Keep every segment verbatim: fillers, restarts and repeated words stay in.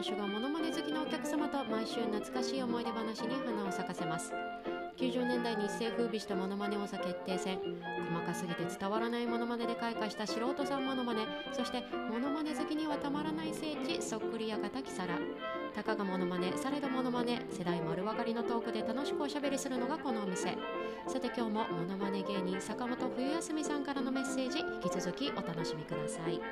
店主がモノマネ好きのお客様と毎週懐かしい思い出話に花を咲かせます。きゅうじゅうねんだいに一世風靡したモノマネ王座決定戦、細かすぎて伝わらないモノマネで開花した素人さんモノマネ、そしてモノマネ好きにはたまらない聖地そっくりやがたきさら。たかがモノマネ、されどモノマネ、世代丸分かりのトークで楽しくおしゃべりするのがこのお店。さて今日もモノマネ芸人坂本冬休みさんからのメッセージ、引き続きお楽しみください。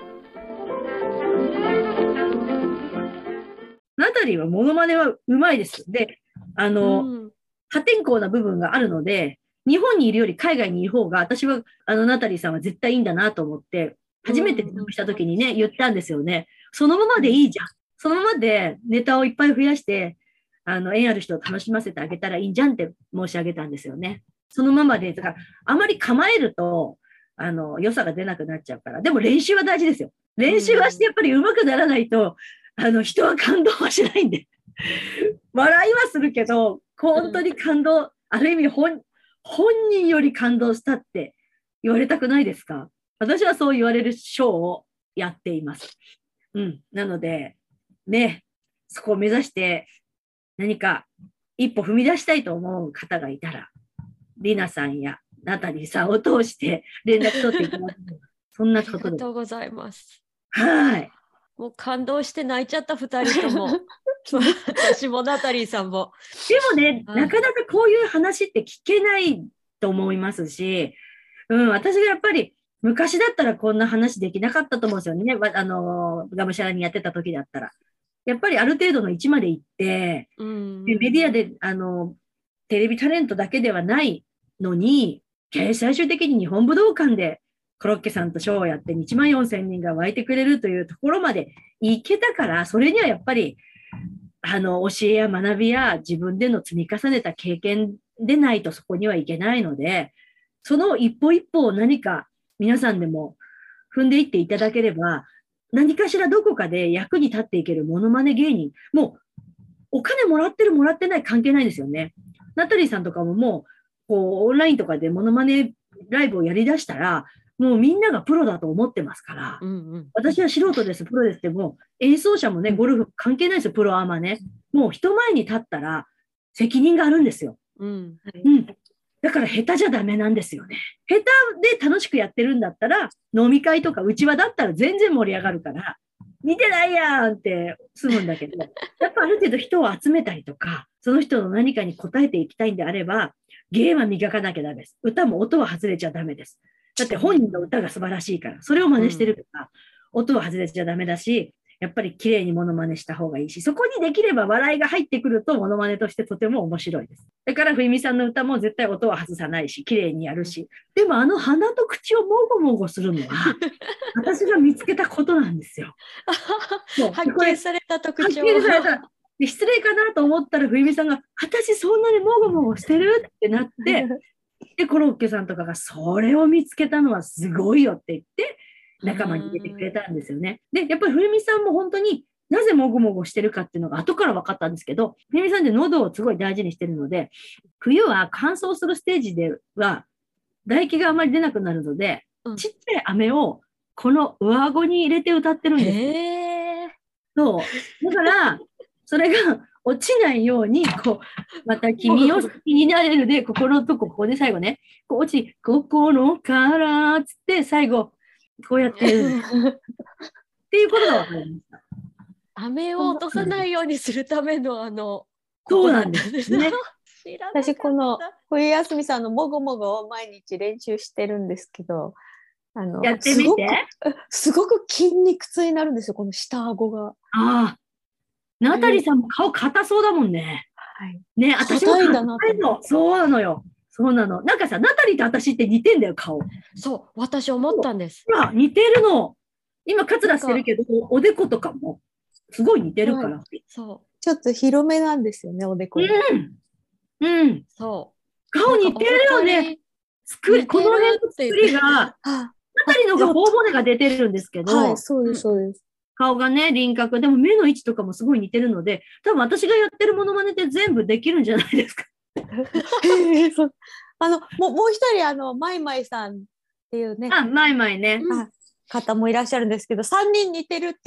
ナタリーはモノマネはうまいです。で、あの、うん、破天荒な部分があるので、日本にいるより海外にいる方が、私はあのナタリーさんは絶対いいんだなと思って、初めて出演した時にね、言ったんですよね。そのままでいいじゃん。そのままでネタをいっぱい増やして、あの、縁ある人を楽しませてあげたらいいんじゃんって申し上げたんですよね。そのままで、だから、あまり構えると、あの、良さが出なくなっちゃうから。でも練習は大事ですよ。練習はしてやっぱり上手くならないと、あの、人は感動はしないんで。笑いはするけど、本当に感動、ある意味本、本人より感動したって言われたくないですか？私はそう言われるショーをやっています。うん。なので、ね、そこを目指して何か一歩踏み出したいと思う方がいたら、リナさんやナタリーさんを通して連絡取っていただく。そんなことで。 ありがとうございます。 はい。 もう感動して泣いちゃったふたりとも。私もナタリーさんも。 でもね、なかなかこういう話って聞けないと思いますし、うん、私がやっぱり昔だったらこんな話できなかったと思うんですよね。あの、がむしゃらにやってた時だったら。やっぱりある程度の位置まで行って、うん、メディアで、あの、テレビタレントだけではないのに、最終的に日本武道館でコロッケさんとショーをやっていちまんよんせんにんが湧いてくれるというところまで行けたから、それにはやっぱり、あの、教えや学びや自分での積み重ねた経験でないとそこにはいけないので、その一歩一歩を何か皆さんでも踏んでいっていただければ、何かしらどこかで役に立っていけるモノマネ芸人、もうお金もらってるもらってない関係ないですよね。ナタリーさんとかももう、こう、オンラインとかでモノマネライブをやり出したら、もうみんながプロだと思ってますから、うんうん、私は素人です、プロですっても、演奏者もね、ゴルフ関係ないですよ、プロアマね。もう人前に立ったら責任があるんですよ。うん。うん。だから下手じゃダメなんですよね。下手で楽しくやってるんだったら、飲み会とか内輪だったら全然盛り上がるから、似てないやんって済むんだけど、やっぱある程度人を集めたりとか、その人の何かに応えていきたいんであれば、芸は磨かなきゃダメです。歌も音は外れちゃダメです。だって本人の歌が素晴らしいから、それを真似してるから、うん、音は外れちゃダメだし、やっぱり綺麗にモノマネした方がいいし、そこにできれば笑いが入ってくるとモノマネとしてとても面白いです。だから冬美さんの歌も絶対音は外さないし、綺麗にやるし、でもあの鼻と口をもごもごするのは、私が見つけたことなんですよ。 発見された特徴。 発見された。失礼かなと思ったら冬美さんが、私そんなにもごもごしてるってなって、で、コロッケさんとかがそれを見つけたのはすごいよって言って、仲間に入れてくれたんですよね。で、やっぱり冬美さんも本当になぜもごもごしてるかっていうのが後から分かったんですけど、冬美さんって喉をすごい大事にしてるので、冬は乾燥するステージでは唾液があまり出なくなるので、うん、ちっちゃい飴をこの上顎に入れて歌ってるんですよ。 へー。 そう。だから、それが落ちないように、こう、また君を好きになれるで、心のとこ、ここで最後ね、こう落ち、心からつって最後、こうやってるっていうことが分かりました。 飴を落とさないようにするためのあの、 そうなんですね。 私この冬休みさんのもごもごを毎日練習してるんですけど、あのやってみて。 すごく、すごく筋肉痛になるんですよ、この下顎が。 ああ。ナタリさんも顔硬そうだもんね。 はい。 ね、私も硬いの。そうなのよ。そうなの。なんかさ、ナタリと私って似てんだよ、顔。 そう、私思ったんです。 ほら、似てるの。今、カツラしてるけど、おでことかも、すごい似てるから。はい、 そう。ちょっと広めなんですよね、おでこ。 うん。うん。 そう。 顔似てるよね。作り、この辺の作りが、ナタリのが頬骨が出てるんですけど。 はい、そうです、そうです。 顔がね、輪郭。でも目の位置とかもすごい似てるので、多分私がやってるモノマネって全部できるんじゃないですか。 あの、もう、もう一人、あの、マイマイさんっていうね。 あ、マイマイね。 あ、方もいらっしゃるんですけど、さんにん似てるって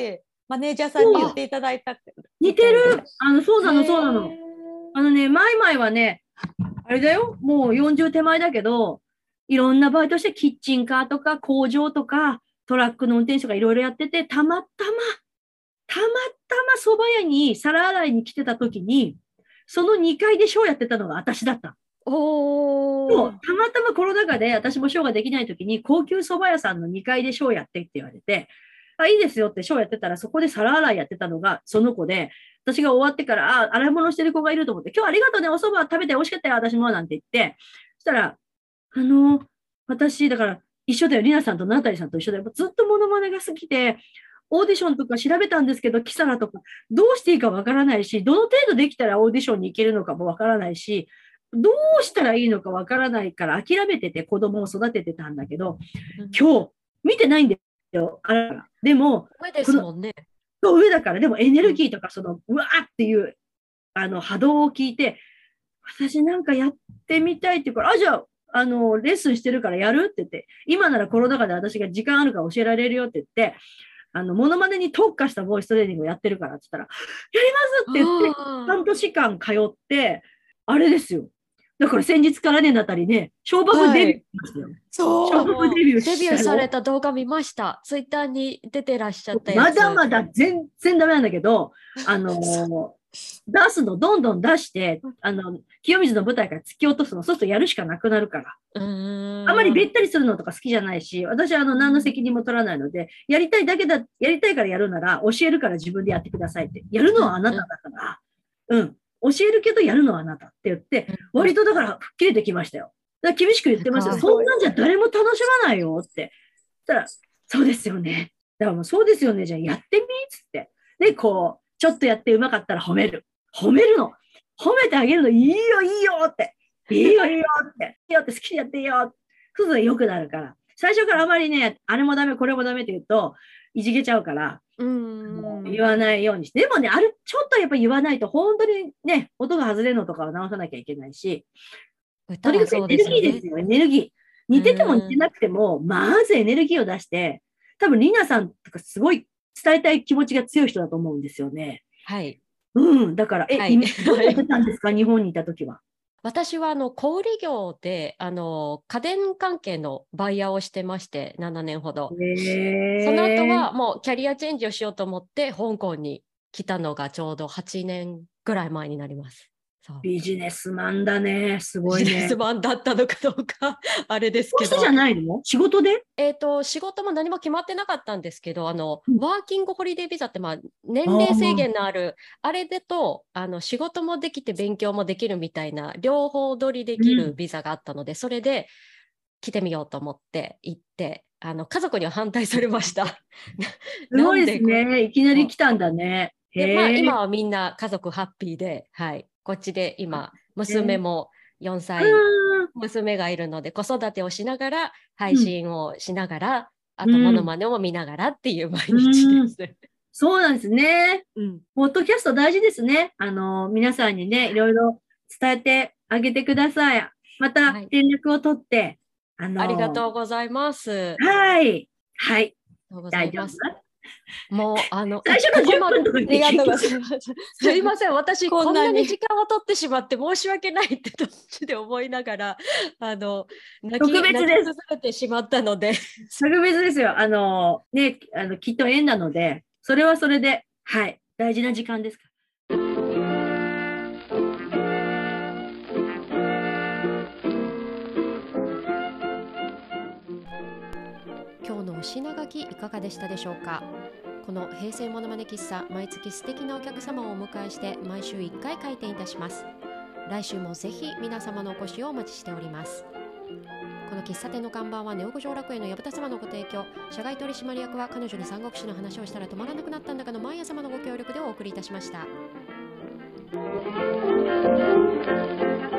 マネージャーさんに言っていただいた。 似てる。あの、そうなの、そうなの。 へーあのね、マイマイはね、あれだよ、もうよんじゅう手前だけど、いろんなバイトして、キッチンカーとか工場とか、トラックの運転手とかいろいろやってて、たまたま、たまたま蕎麦屋に皿洗いに来てた時に、そのにかいでショーやってたのが私だった。 おー。 そうたまたまコロナ禍で私もショーができない時に、高級蕎麦屋さんのにかいでショーやってって言われて、あ、いいですよってショーやってたら、そこで皿洗いやってたのがその子で、私が終わってから、あ、洗い物してる子がいると思って、今日ありがとうね、お蕎麦食べて美味しかったよ、私も、なんて言って、そしたら、あの、私、だから、一緒だよ、リナさんとナタリさんと一緒だよ。ずっとモノマネが好きで、オーディションとか調べたんですけど、キサラとか、どうしていいかわからないし、どの程度できたらオーディションに行けるのかもわからないし、どうしたらいいのかわからないから諦めてて子供を育ててたんだけど、今日、見てないんですよ。あらでも、 上ですもんね。 そう上だから、でもエネルギーとか、その、うわーっていう、あの、波動を聞いて、私なんかやってみたいって言うから、あ、じゃあ、あの、レッスンしてるからやるって言って、今ならコロナ禍で私が時間あるから教えられるよって言って、あの、モノマネに特化したボイストレーニングをやってるからって言ったら、やりますって言って、半年間通って、あれですよ。だから先日からね、ナタリね、小学デビューしましたよ。 そう。 小学デビューしたデビューされた動画見ました。ツイッターに出てらっしゃったやつ。 まだまだ全然ダメなんだけど、あのー、出すのどんどん出して、あの、清水の舞台から突き落とすの、そうするとやるしかなくなるから。 うーんあまりべったりするのとか好きじゃないし、私はあの何の責任も取らないので、やりたいだけだ、やりたいからやるなら、教えるから自分でやってくださいって。やるのはあなただから、うん。教えるけどやるのはあなたって言って、割とだから吹っ切れてきましたよ。だから厳しく言ってましたよ。そんなんじゃ誰も楽しまないよって。そしたら、そうですよね。だからもうそうですよね。じゃあやってみっつって。で、こう、ちょっとやってうまかったら褒める。褒めるの。褒めてあげるの。いいよ、いいよって。いいよ、いいよって。いいよって好きでやっていいよ。そうすると良くなるから。最初からあまりね、あれもダメ、これもダメって言うと、いじけちゃうから、 うん言わないようにして。でもね、ある、ちょっとやっぱ言わないと、本当にね、音が外れるのとかは直さなきゃいけないし、とにかくエネルギーですよ、エネルギー。似てても似てなくても、まずエネルギーを出して、多分リナさんとかすごい伝えたい気持ちが強い人だと思うんですよね。 はい。 うん、だから、え、 はい、 どうやってたんですか、日本にいたときは。 私はあの小売業であの家電関係のバイヤーをしてまして、ななねんほど。 へーその後はもうキャリアチェンジをしようと思って香港に来たのがちょうどはちねんぐらい前になります。そうビジネスマンだね。すごいね。 ビジネスマンだったのかどうかあれですけど。 そうじゃないの？仕事で？ えーと、仕事も何も決まってなかったんですけど、あの、 うんワーキングホリデービザって、まあ、年齢制限のある、あれだとあの仕事もできて勉強もできるみたいな、両方取りできるビザがあったので、うん、それで来てみようと思って行って、あの家族には反対されました。 すごいですね。いきなり来たんだね。 で、まあ、今はみんな家族ハッピーで、はい、こっちで今、娘もよんさい、娘がいるので、子育てをしながら、配信をしながら、うん、あと、モノマネを見ながらっていう毎日です。うん、 そうなんですね。うん。ポッドキャスト大事ですね。あの、皆さんにね、いろいろ伝えてあげてください。また、連絡を取って、 はい、あのー、ありがとうございます。 はい。はい。 ありがとうございます。もうあの最初のじゅっぷんとかありがとうございます。 すいません、私こんなに時間を取ってしまって申し訳ないって途中で思いながら、あの泣き特別です。 泣き崩れてしまったので。 特別ですよ。あのね、あのきっと縁なので、それはそれで、はい、大事な時間ですから。 今日のお品書きいかがでしたでしょうか。この平成モノマネ喫茶、毎月素敵なお客様をお迎えして毎週いっかい開店いたします。来週もぜひ皆様のお越しをお待ちしております。この喫茶店の看板はネオ五条楽園の矢蓋様のご提供、社外取締役は彼女に三国志の話をしたら止まらなくなったんだかのマーヤ様のご協力でお送りいたしました。